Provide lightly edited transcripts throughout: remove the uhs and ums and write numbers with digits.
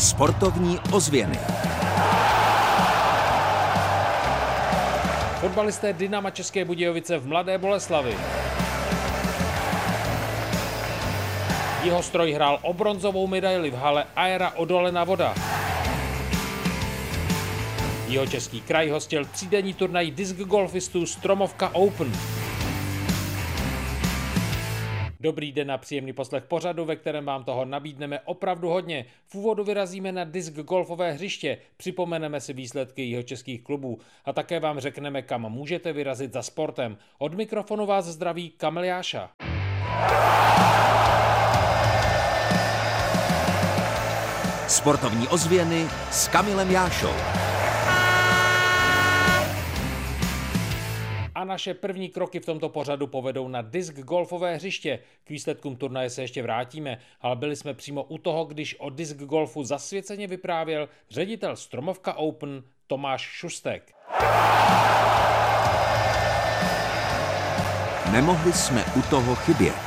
Sportovní ozvěny. Fotbalisté Dynama České Budějovice v Mladé Boleslavi. Jihostroj hrál o bronzovou medaili v hale Aera Odolena Voda. Jihočeský kraj hostil třídenní turnaj disc golfistů Stromovka Open. Dobrý den a příjemný poslech pořadu, ve kterém vám toho nabídneme opravdu hodně. V úvodu vyrazíme na disc golfové hřiště, připomeneme si výsledky jihočeských klubů a také vám řekneme, kam můžete vyrazit za sportem. Od mikrofonu vás zdraví Kamil Jáša. Sportovní ozvěny s Kamilem Jášou. A naše první kroky v tomto pořadu povedou na disc golfové hřiště. K výsledkům turnaje se ještě vrátíme, ale byli jsme přímo u toho, když o disc golfu zasvěceně vyprávěl ředitel Stromovka Open Tomáš Šustek. Nemohli jsme u toho chybět.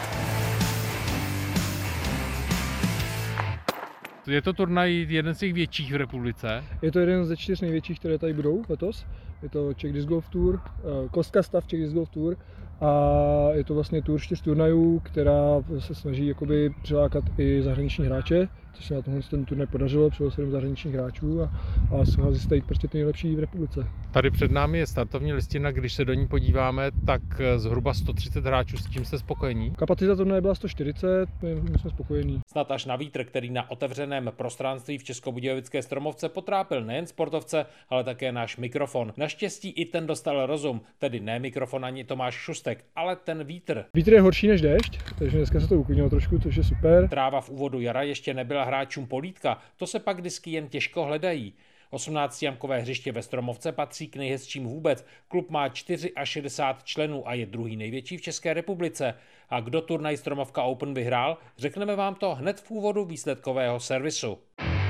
Je to turnaj jeden z těch větších v republice? Je to jeden ze 4 největších, které tady budou letos. Je to Czech Disc Golf Tour, kostka stav Czech Disc Golf Tour a je to vlastně tour 4 turnajů, která se snaží jakoby přilákat i zahraniční hráče, což se na tomhle ten turnaj podařilo, přijelo 7 zahraničních hráčů a schází se tady prostě ty nejlepší v republice. Tady před námi je startovní listina, když se do ní podíváme, tak zhruba 130 hráčů, s tím jste spokojení? Kapacita turnaje byla 140, my jsme spokojení. Snad až na vítr, který na otevřeném prostranství v Českobudějovické Stromovce potrápil nejen sportovce, ale také náš mikrofon. Naštěstí i ten dostal rozum, tedy ne mikrofon ani Tomáš Šustek, ale ten vítr. Vítr je horší než déšť, takže dneska se to uklidnilo trošku, což je super. Tráva v úvodu jara ještě nebyla hráčům polítka, to se pak disky jen těžko hledají. 18-jamkové hřiště ve Stromovce patří k nejhezčím vůbec. Klub má 64 členů a je druhý největší v České republice. A kdo turnaj Stromovka Open vyhrál, řekneme vám to hned v úvodu výsledkového servisu.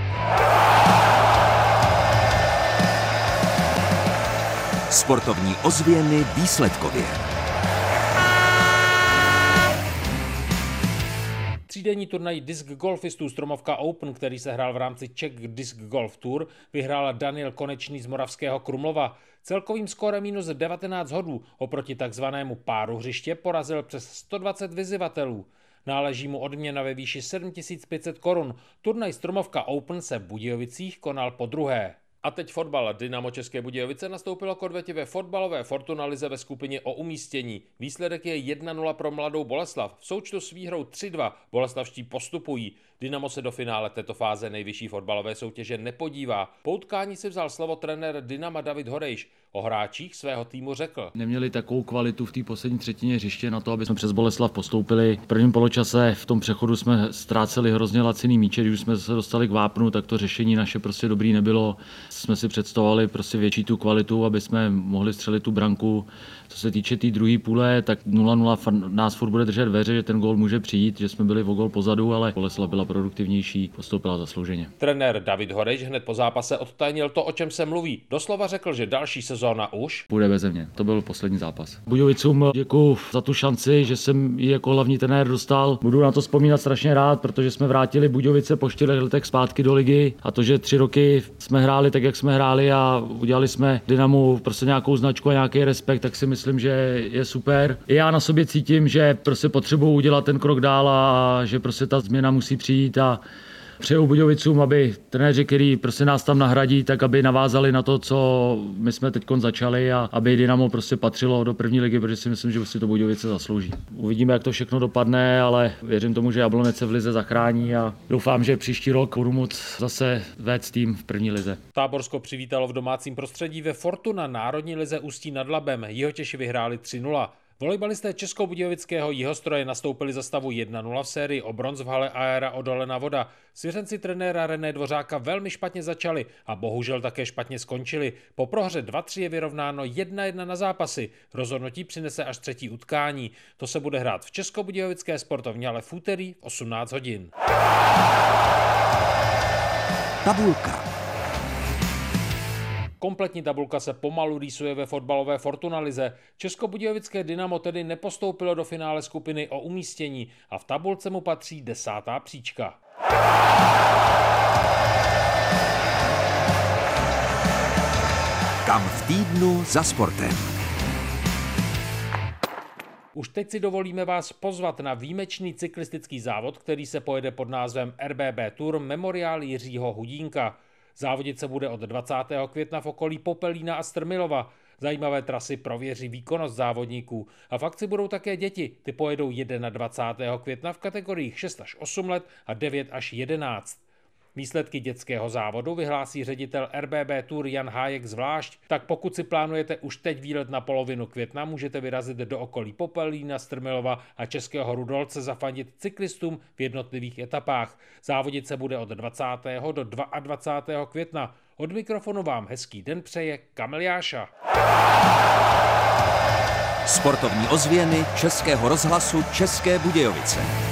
Sportovní ozvěny výsledkově. Třídenní turnaj disc golfistů Stromovka Open, který se hrál v rámci Czech Disc Golf Tour, vyhrál Daniel Konečný z Moravského Krumlova. Celkovým skórem minus 19 hodů oproti takzvanému páru hřiště porazil přes 120 vyzývatelů. Náleží mu odměna ve výši 7500 korun. Turnaj Stromovka Open se v Budějovicích konal podruhé. A teď fotbal. Dynamo České Budějovice nastoupilo k odvetě ve fotbalové Fortuna lize ve skupině o umístění. Výsledek je 1-0 pro Mladou Boleslav. V součtu s výhrou 3-2 boleslavští postupují. Dynamo se do finále této fáze nejvyšší fotbalové soutěže nepodívá. Po utkání si vzal slovo trenér Dynama David Horejš. O hráčích svého týmu řekl: Neměli takovou kvalitu v té poslední třetině hřiště na to, aby jsme přes Boleslav postoupili. V prvním poločase v tom přechodu jsme ztráceli hrozně laciný míče, když jsme se dostali k vápnu, tak to řešení naše prostě dobrý nebylo. Jsme si představovali prostě větší tu kvalitu, aby jsme mohli střelit tu branku. Co se týče té druhé půle, tak 0-0 nás furt bude držet dveře, že ten gól může přijít, že jsme byli o gól pozadu, ale Boleslav byla produktivnější, postoupila zaslouženě. Trenér David Horejš hned po zápase odtajnil to, o čem se mluví. Doslova řekl, že další sezóna už bude beze mě. To byl poslední zápas. Budějovicům děkuju za tu šanci, že jsem ji jako hlavní trenér dostal. Budu na to vzpomínat strašně rád, protože jsme vrátili Budějovice po 4 letech zpátky do ligy a to, že 3 roky jsme hráli tak, jak jsme hráli a udělali jsme Dynamu prostě nějakou značku a nějaký respekt, tak si myslím, že je super. I já na sobě cítím, že prostě potřebuji udělat ten krok dál a že prostě ta změna musí přijít a přeju Budějovicům, aby trenéři, který prostě nás tam nahradí, tak aby navázali na to, co my jsme teď začali a aby Dynamo prostě patřilo do první ligy, protože si myslím, že si to Budějovice zaslouží. Uvidíme, jak to všechno dopadne, ale věřím tomu, že Jablonec se v lize zachrání a doufám, že příští rok budu moct zase vést tým v první lize. Táborsko přivítalo v domácím prostředí ve Fortuna národní lize Ústí nad Labem. Jihotěši vyhráli 3-0. Volejbalisté Českobudějovického Jihostroje nastoupili za stavu 1-0 v sérii o bronz v hale Aera Odolena Voda. Svěřenci trenéra René Dvořáka velmi špatně začali a bohužel také špatně skončili. Po prohře 2-3 je vyrovnáno 1-1 na zápasy. Rozhodnutí přinese až třetí utkání. To se bude hrát v Českobudějovické sportovní hale v úterý v 18 hodin. Tabulka. Kompletní tabulka se pomalu rýsuje ve fotbalové Fortuna lize. Českobudějovické Dynamo tedy nepostoupilo do finále skupiny o umístění a v tabulce mu patří 10. příčka. Kam v týdnu za sportem. Už teď si dovolíme vás pozvat na výjimečný cyklistický závod, který se pojede pod názvem RBB Tour Memoriál Jiřího Hudínka. Závodit se bude od 20. května v okolí Popelína a Strmilova. Zajímavé trasy prověří výkonnost závodníků. A v akci budou také děti. Ty pojedou 21. května v kategoriích 6 až 8 let a 9 až 11. Výsledky dětského závodu vyhlásí ředitel RBB Tour Jan Hájek zvlášť, tak pokud si plánujete už teď výlet na polovinu května, můžete vyrazit do okolí Popelína, Strmilova a Českého Rudolce zafandit cyklistům v jednotlivých etapách. Závodit se bude od 20. do 22. května. Od mikrofonu vám hezký den přeje Kamil Jáša. Sportovní ozvěny Českého rozhlasu České Budějovice.